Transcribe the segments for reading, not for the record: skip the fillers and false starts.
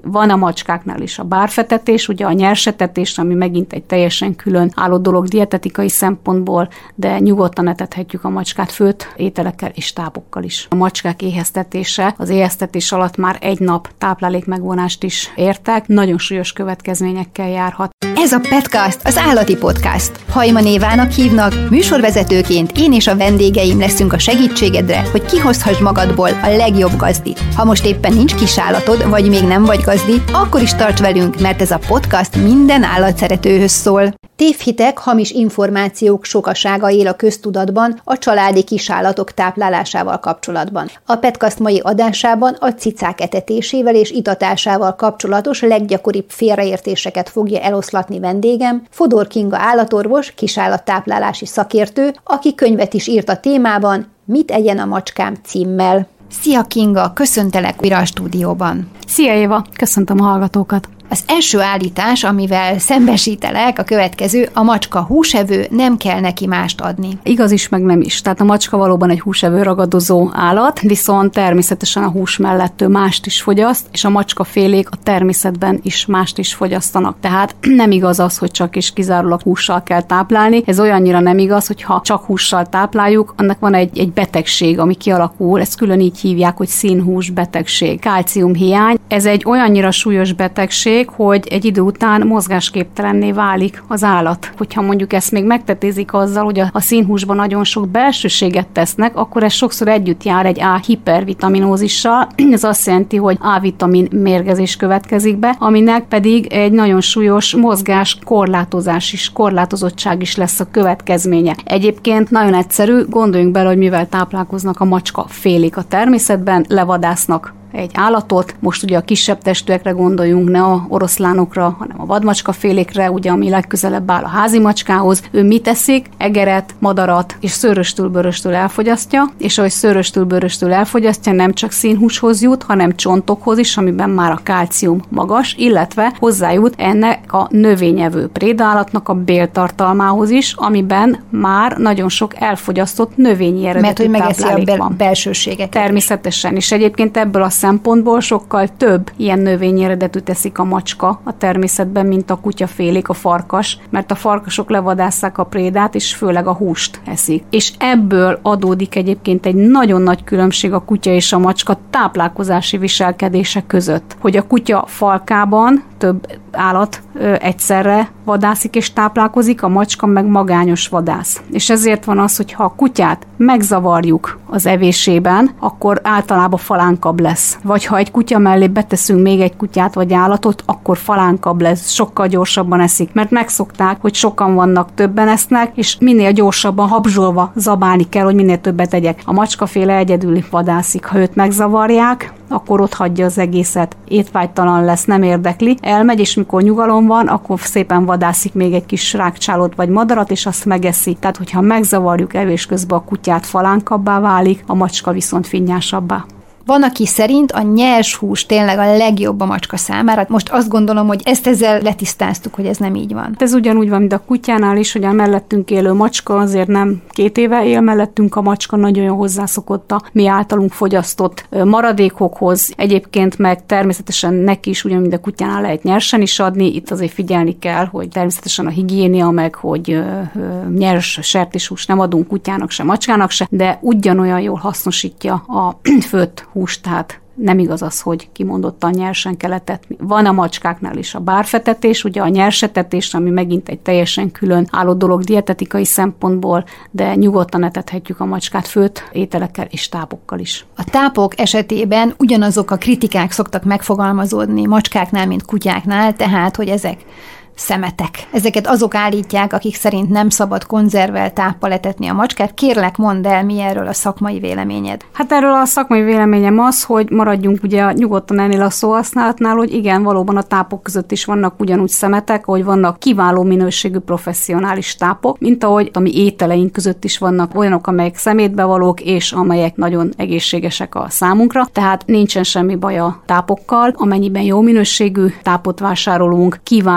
Van a macskáknál is a bárfetetés, ugye a nyersetetés, ami megint egy teljesen külön álló dolog dietetikai szempontból, de nyugodtan etethetjük a macskát főtt ételekkel és tápokkal is. A macskák éheztetése, az éheztetés alatt már egy nap táplálékmegvonást is értek, nagyon súlyos következményekkel járhat. Ez a Petcast, az állati podcast. Hajman Évának hívnak, műsorvezetőként én és a vendégeim leszünk a segítségedre, hogy kihozhass magadból a legjobb gazdit. Ha most éppen nincs kisállatod, vagy még nem vagy gazdi, akkor is tarts velünk, mert ez a podcast minden állatszeretőhöz szól. Tévhitek, hamis információk sokasága él a köztudatban a családi kisállatok táplálásával kapcsolatban. A Petcast mai adásában a cicák etetésével és itatásával kapcsolatos leggyakoribb félreértéseket fogja eloszlatni vendégem, Fodor Kinga állatorvos, kisállattáplálási szakértő, aki könyvet is írt a témában, Mit egyen a macskám címmel. Szia Kinga, köszöntelek újra a stúdióban. Szia Éva, köszöntöm a hallgatókat. Az első állítás, amivel szembesítelek, a következő: a macska húsevő, nem kell neki mást adni. Igaz is, meg nem is. Tehát a macska valóban egy húsevő ragadozó állat, viszont természetesen a hús mellett ő mást is fogyaszt, és a macskafélék a természetben is mást is fogyasztanak. Tehát nem igaz az, hogy csak és kizárólag hússal kell táplálni. Ez olyannyira nem igaz, hogy ha csak hússal tápláljuk, annak van egy betegség, ami kialakul, ezt külön így hívják, hogy színhús betegség, kálciumhiány. Ez egy olyannyira súlyos betegség, hogy egy idő után mozgásképtelenné válik az állat. Hogyha mondjuk ezt még megtetézik azzal, hogy a színhúsban nagyon sok belsőséget tesznek, akkor ez sokszor együtt jár egy A-hipervitaminózissal. Ez azt jelenti, hogy A-vitamin mérgezés következik be, aminek pedig egy nagyon súlyos mozgás korlátozás is, korlátozottság is lesz a következménye. Egyébként nagyon egyszerű, gondoljunk bele, hogy mivel táplálkoznak a macskafélék a természetben, levadásznak egy állatot. Most ugye a kisebb testűekre gondoljunk, ne a oroszlánokra, hanem a vadmacskafélékre, ugye, ami legközelebb áll a házi macskához. Ő mit eszik? Egeret, madarat és szőröstől-bőröstől elfogyasztja, és ahogy szőröstől-bőröstől elfogyasztja, nem csak színhúshoz jut, hanem csontokhoz is, amiben már a kálcium magas, illetve hozzájut ennek a növényevő prédaállatnak a béltartalmához is, amiben már nagyon sok elfogyasztott növényi eredetű táplálék van. Belsőségeket. Természetesen, és egyébként ebből a szempontból sokkal több ilyen növényi eredetű teszik a macska a természetben, mint a kutyafélék, a farkas, mert a farkasok levadásszák a prédát, és főleg a húst eszik. És ebből adódik egyébként egy nagyon nagy különbség a kutya és a macska táplálkozási viselkedése között. Hogy a kutya falkában több állat egyszerre vadászik és táplálkozik, a macska meg magányos vadász. És ezért van az, hogy ha a kutyát megzavarjuk az evésében, akkor általában falánkabb lesz. Vagy ha egy kutya mellé beteszünk még egy kutyát vagy állatot, akkor falánkabb lesz, sokkal gyorsabban eszik, mert megszokták, hogy sokan vannak, többen esznek, és minél gyorsabban habzsolva zabálni kell, hogy minél többet tegyek. A macskaféle egyedül vadászik, ha őt megzavarják, akkor ott hagyja az egészet, étvágytalan lesz, nem érdekli, elmegy, és mikor nyugalom van, akkor szépen vadászik még egy kis rákcsálót vagy madarat, és azt megeszi. Tehát, hogyha megzavarjuk evés közben a kutyát, falánkabbá válik, a macska viszont finnyásabbá. Van, aki szerint a nyers hús tényleg a legjobb a macska számára. Most azt gondolom, hogy ezzel letisztáztuk, hogy ez nem így van. Ez ugyanúgy van, mint a kutyánál is, hogy a mellettünk élő macska azért nem 2 éve él mellettünk, a macska nagyon jól hozzászokott a mi általunk fogyasztott maradékokhoz. Egyébként meg természetesen neki is ugyanúgy, mint a kutyánál lehet nyersen is adni. Itt azért figyelni kell, hogy természetesen a higiénia meg, hogy nyers sertéshúst nem adunk kutyának se, macskának se, de ugyanolyan jól hasznosítja a főtt húst, tehát nem igaz az, hogy kimondottan nyersen kell etetni. Van a macskáknál is a bárfetetés, ugye a nyersetetés, ami megint egy teljesen külön álló dolog dietetikai szempontból, de nyugodtan etethetjük a macskát főtt ételekkel és tápokkal is. A tápok esetében ugyanazok a kritikák szoktak megfogalmazódni macskáknál, mint kutyáknál, tehát, hogy ezek szemetek. Ezeket azok állítják, akik szerint nem szabad konzervel táppal etetni a macskát. Kérlek, mondd el, mi erről a szakmai véleményed. Hát erről a szakmai véleményem az, hogy maradjunk ugye nyugodtan ennél a szóhasználatnál, hogy igen, valóban a tápok között is vannak ugyanúgy szemetek, ahogy vannak kiváló minőségű professzionális tápok, mint ahogy a mi ételeink között is vannak olyanok, amelyek szemétbevalók, és amelyek nagyon egészségesek a számunkra. Tehát nincsen semmi baj a tápokkal, amennyiben jó minőségű tápot vásárolunk, kiváló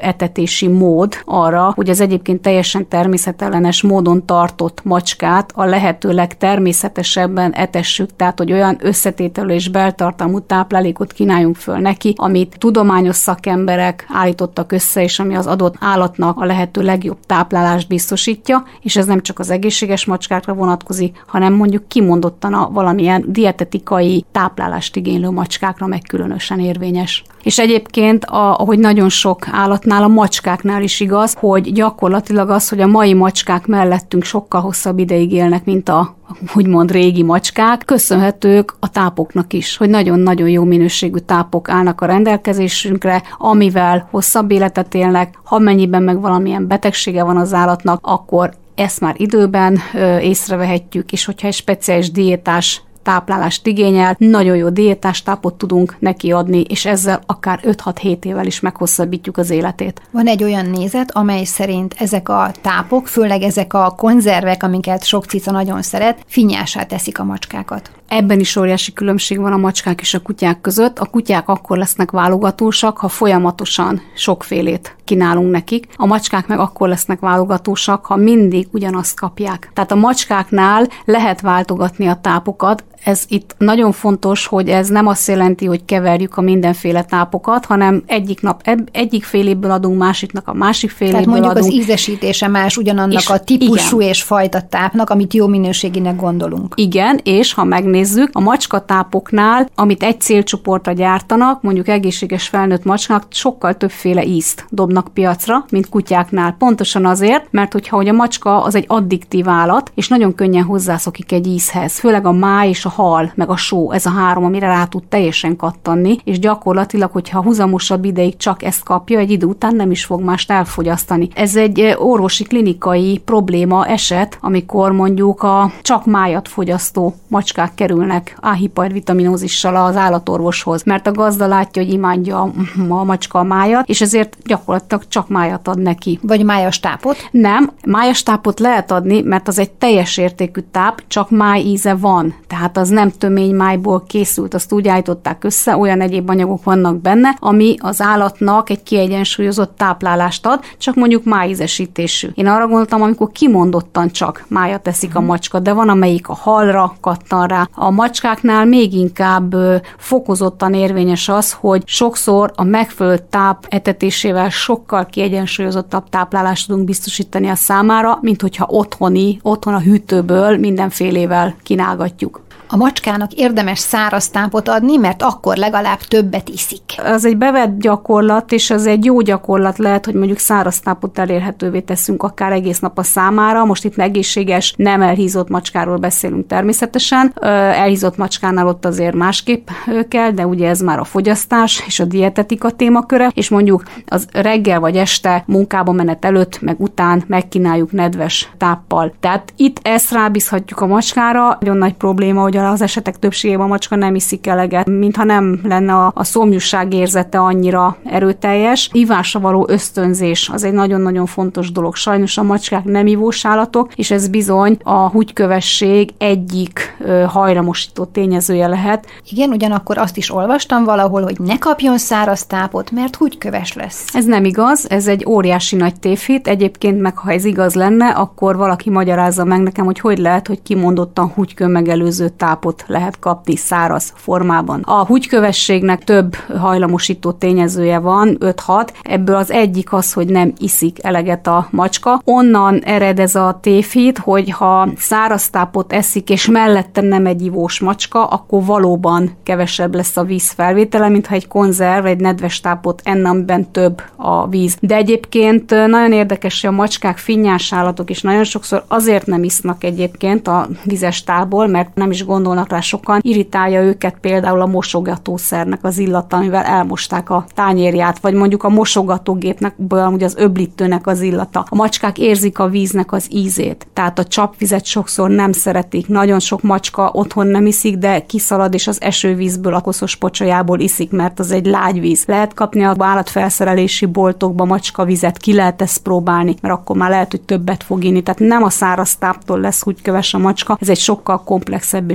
etetési mód arra, hogy az egyébként teljesen természetellenes módon tartott macskát a lehető legtermészetesebben etessük, tehát hogy olyan összetételű és beltartalmú táplálékot kínáljunk föl neki, amit tudományos szakemberek állítottak össze, és ami az adott állatnak a lehető legjobb táplálást biztosítja, és ez nem csak az egészséges macskákra vonatkozik, hanem mondjuk kimondottan a valamilyen dietetikai táplálást igénylő macskákra meg különösen érvényes. És egyébként, ahogy nagyon sok állatnál, a macskáknál is igaz, hogy gyakorlatilag az, hogy a mai macskák mellettünk sokkal hosszabb ideig élnek, mint a úgymond régi macskák, köszönhetők a tápoknak is, hogy nagyon-nagyon jó minőségű tápok állnak a rendelkezésünkre, amivel hosszabb életet élnek, ha mennyiben meg valamilyen betegsége van az állatnak, akkor ezt már időben észrevehetjük, és hogyha egy speciális diétás táplálást igényel, nagyon jó diétás tápot tudunk neki adni, és ezzel akár 5-6-7 évvel is meghosszabbítjuk az életét. Van egy olyan nézet, amely szerint ezek a tápok, főleg ezek a konzervek, amiket sok cica nagyon szeret, finnyásá teszik a macskákat. Ebben is óriási különbség van a macskák és a kutyák között. A kutyák akkor lesznek válogatósak, ha folyamatosan sokfélét kínálunk nekik. A macskák meg akkor lesznek válogatósak, ha mindig ugyanazt kapják. Tehát a macskáknál lehet váltogatni a tápokat. Ez itt nagyon fontos, hogy ez nem azt jelenti, hogy keverjük a mindenféle tápokat, hanem egyik nap egyik féléből adunk, másiknak a másik féléből adunk. Tehát mondjuk az ízesítése más ugyanannak és a típusú igen. és fajta tápnak, amit jó minőségének gondolunk. Igen, és ha megnézzük, a macskatápoknál, amit egy célcsoportra gyártanak, mondjuk egészséges felnőtt macskának sokkal többféle ízt dobnak piacra, mint kutyáknál. Pontosan azért, mert hogy a macska az egy addiktív állat, és nagyon könnyen hozzászokik egy ízhez, főleg a máj és a hal, meg a só, ez a három, amire rá tud teljesen kattanni, és gyakorlatilag, hogyha huzamosabb ideig csak ezt kapja, egy idő után nem is fog mást elfogyasztani. Ez egy orvosi klinikai probléma eset, amikor mondjuk a csak májat fogyasztó macskák kerülnek A-hipervitaminózissal az állatorvoshoz, mert a gazda látja, hogy imádja a macska a májat, és ezért gyakorlatilag csak májat ad neki. Vagy májas tápot? Nem, májas tápot lehet adni, mert az egy teljes értékű táp, csak máj íze van. Tehát az nem töménymájból készült, azt úgy állították össze, olyan egyéb anyagok vannak benne, ami az állatnak egy kiegyensúlyozott táplálást ad, csak mondjuk májízesítésű. Én arra gondoltam, amikor kimondottan csak májat teszik a macska, de van, amelyik a halra kattan rá. A macskáknál még inkább fokozottan érvényes az, hogy sokszor a megfelelő táp etetésével sokkal kiegyensúlyozottabb táplálást tudunk biztosítani a számára, mint hogyha otthon a hűtőből mindenfélével kínálgatjuk. A macskának érdemes száraz tápot adni, mert akkor legalább többet iszik. Az egy bevett gyakorlat, és az egy jó gyakorlat lehet, hogy mondjuk száraz tápot elérhetővé teszünk akár egész nap a számára. Most itt egészséges, nem elhízott macskáról beszélünk természetesen. Elhízott macskánál ott azért másképp kell, de ugye ez már a fogyasztás és a dietetika témaköre, és mondjuk az reggel vagy este munkába menet előtt, meg után megkínáljuk nedves táppal. Tehát itt ezt rábízhatjuk a macskára. Nagyon nagy probléma, hogy az esetek többségében a macska nem iszik eleget, mintha nem lenne a szomjúság érzete annyira erőteljes. Ivásra való ösztönzés az egy nagyon-nagyon fontos dolog. Sajnos a macskák nem ivós állatok, és ez bizony a húgykövesség egyik hajlamosító tényezője lehet. Igen, ugyanakkor azt is olvastam valahol, hogy ne kapjon száraz tápot, mert húgyköves lesz. Ez nem igaz, ez egy óriási nagy tévhit. Egyébként meg, ha ez igaz lenne, akkor valaki magyarázza meg nekem, hogy lehet, hogy kimondottan húgykő megelőző tápot lehet kapni száraz formában. A húgykövességnek több hajlamosító tényezője van, 5-6, ebből az egyik az, hogy nem iszik eleget a macska. Onnan ered ez a tévhit, hogy ha száraz tápot eszik, és mellette nem egy ivós macska, akkor valóban kevesebb lesz a víz felvétele, mint ha egy konzerv, egy nedves tápot enne, amiben több a víz. De egyébként nagyon érdekes, hogy a macskák finnyás állatok, és nagyon sokszor azért nem isznak egyébként a vizes tából, mert nem is gondolnak rá sokan, irritálja őket például a mosogatószernek az illata, amivel elmosták a tányérját, vagy mondjuk a mosogatógépnek, ugye az öblítőnek az illata. A macskák érzik a víznek az ízét, tehát a csapvizet sokszor nem szeretik. Nagyon sok macska otthon nem iszik, de kiszalad, és az esővízből, a koszos pocsolyából iszik, mert az egy lágy víz. Lehet kapni a állatfelszerelési boltokba macskavizet, ki lehet ezt próbálni, mert akkor már lehet, hogy többet fog inni. Tehát nem a száraz táptól lesz húgyköves a macska, ez egy sokkal komplexebb és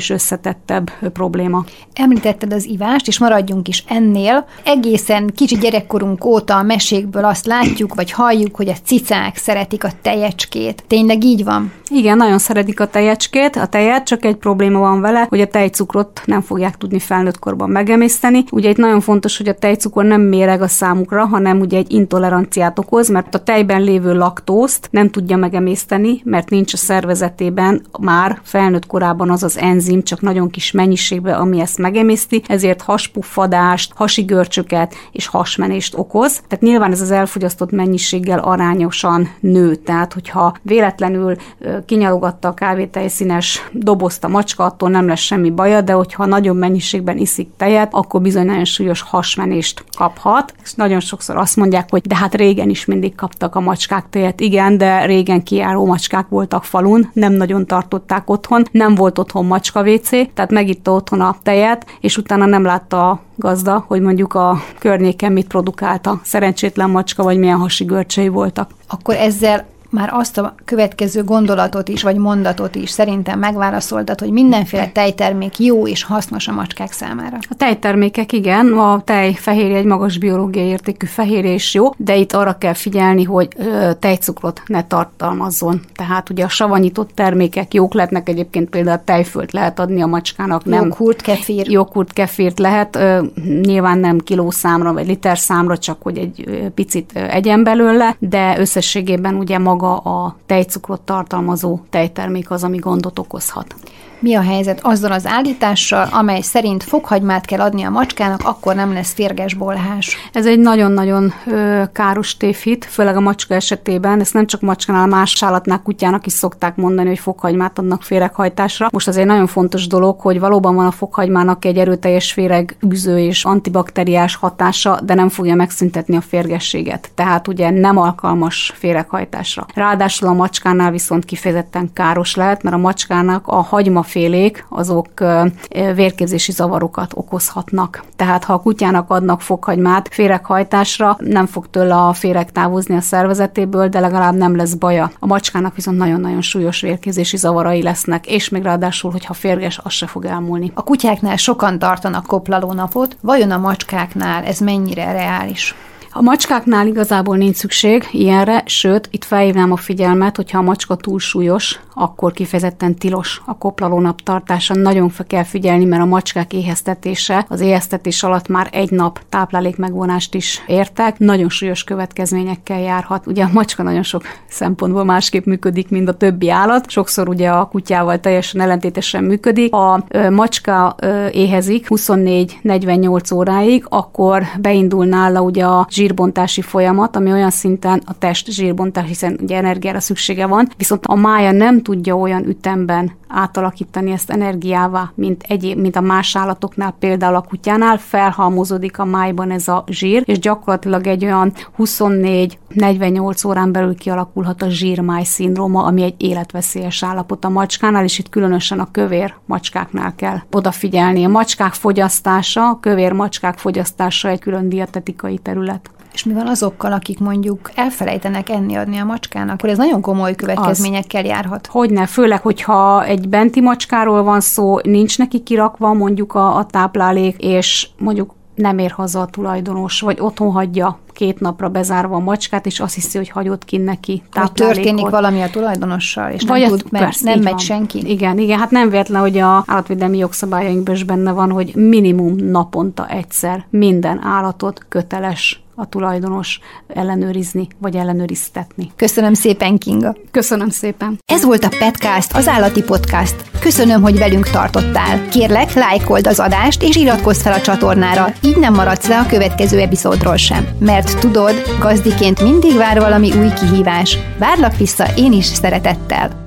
és összetettebb probléma. Említetted az ivást, és maradjunk is ennél. Egészen kicsi gyerekkorunk óta a mesékből azt látjuk, vagy halljuk, hogy a cicák szeretik a tejecskét. Tényleg így van? Igen, nagyon szeretik a tejecskét, a tejet, csak egy probléma van vele, hogy a tejcukrot nem fogják tudni felnőtt korban megemészteni. Ugye itt nagyon fontos, hogy a tejcukor nem méreg a számukra, hanem ugye egy intoleranciát okoz, mert a tejben lévő laktózt nem tudja megemészteni, mert nincs a szervezetében már felnőtt korában az az enzim, csak nagyon kis mennyiségben, ami ezt megemészti, ezért haspuffadást, hasi görcsöket és hasmenést okoz. Tehát nyilván ez az elfogyasztott mennyiséggel arányosan nő. Tehát, hogyha véletlenül kinyalogatta a kávétejszínes dobozt a macska, attól nem lesz semmi baja, de hogyha nagyobb mennyiségben iszik tejet, akkor bizony nagyon súlyos hasmenést kaphat. És nagyon sokszor azt mondják, hogy de hát régen is mindig kaptak a macskák tejet. Igen, de régen kijáró macskák voltak falun, nem nagyon tartották otthon, nem volt otthon macskavécé, tehát megitta otthon a tejet, és utána nem látta a gazda, hogy mondjuk a környéken mit produkálta, szerencsétlen macska, vagy milyen hasi görcsei voltak. Akkor ezzel már azt a következő gondolatot is, vagy mondatot is szerintem megválaszoltad, hogy mindenféle tejtermék jó és hasznos a macskák számára. A tejtermékek igen, a tejfehérje egy magas biológiai értékű fehérje is jó, de itt arra kell figyelni, hogy tejcukrot ne tartalmazzon. Tehát ugye a savanyított termékek jók lehetnek, egyébként például a tejfölt lehet adni a macskának. Joghurt, kefir. Joghurt, kefírt lehet, nyilván nem kilószámra vagy literszámra, csak hogy egy picit egyen belőle, de összességében ugye maga a tejcukrot tartalmazó tejtermék az, ami gondot okozhat. Mi a helyzet azzal az állítással, amely szerint fokhagymát kell adni a macskának, akkor nem lesz férges bolhás? Ez egy nagyon-nagyon káros tévhit, főleg a macska esetében. Ezt nem csak macskánál, más állatnál, kutyának is szokták mondani, hogy fokhagymát adnak féreghajtásra. Most az egy nagyon fontos dolog, hogy valóban van a fokhagymának egy erőteljes féregűző és antibakteriás hatása, de nem fogja megszüntetni a férgességet. Tehát ugye nem alkalmas féreghajtásra. Ráadásul a macskánál viszont kifejezetten káros lehet, mert a macskának a hagymafélék azok vérképzési zavarokat okozhatnak. Tehát ha a kutyának adnak fokhagymát féreghajtásra, nem fog tőle a féreg távozni a szervezetéből, de legalább nem lesz baja. A macskának viszont nagyon-nagyon súlyos vérképzési zavarai lesznek, és még ráadásul, hogyha férges, az se fog elmúlni. A kutyáknál sokan tartanak koplalónapot, vajon a macskáknál ez mennyire reális? A macskáknál igazából nincs szükség ilyenre, sőt, itt felhívnám a figyelmet, hogyha a macska túlsúlyos, akkor kifejezetten tilos a koplalónap tartása. Nagyon kell figyelni, mert a macskák éheztetése, az éheztetés alatt már egy nap táplálék megvonást is értek, nagyon súlyos következményekkel járhat. Ugye a macska nagyon sok szempontból másképp működik, mint a többi állat. Sokszor ugye a kutyával teljesen ellentétesen működik. A macska éhezik 24-48 óráig, akkor beindul nála ugye a zsírbontási folyamat, ami olyan szinten a test zsírbontás, hiszen ugye energiára szüksége van, viszont a mája nem tudja olyan ütemben átalakítani ezt energiává, mint a más állatoknál, például a kutyánál, felhalmozódik a májban ez a zsír, és gyakorlatilag egy olyan 24-48 órán belül kialakulhat a zsírmáj szindróma, ami egy életveszélyes állapot a macskánál, és itt különösen a kövér macskáknál kell odafigyelni. A macskák fogyasztása, a kövér macskák fogyasztása egy külön dietetikai terület. És mi van azokkal, akik mondjuk elfelejtenek enni-adni a macskának, akkor ez nagyon komoly következményekkel járhat. Hogyne, főleg, hogyha egy benti macskáról van szó, nincs neki kirakva mondjuk a táplálék, és mondjuk nem ér haza a tulajdonos, vagy otthon hagyja 2 napra bezárva a macskát, és azt hiszi, hogy hagyott ki neki táplálékot. Történik valami a tulajdonossal, és vagy nem tud, mert nem megy senki. Igen, hát nem véletlen, hogy a állatvédelmi jogszabályainkban is benne van, hogy minimum naponta egyszer minden állatot köteles a tulajdonos ellenőrizni, vagy ellenőriztetni. Köszönöm szépen, Kinga. Köszönöm szépen. Ez volt a Petcast, az állati podcast. Köszönöm, hogy velünk tartottál. Kérlek, lájkold az adást, és iratkozz fel a csatornára, így nem maradsz le a következő epizódról sem. Mert tudod, gazdiként mindig vár valami új kihívás. Várlak vissza én is szeretettel.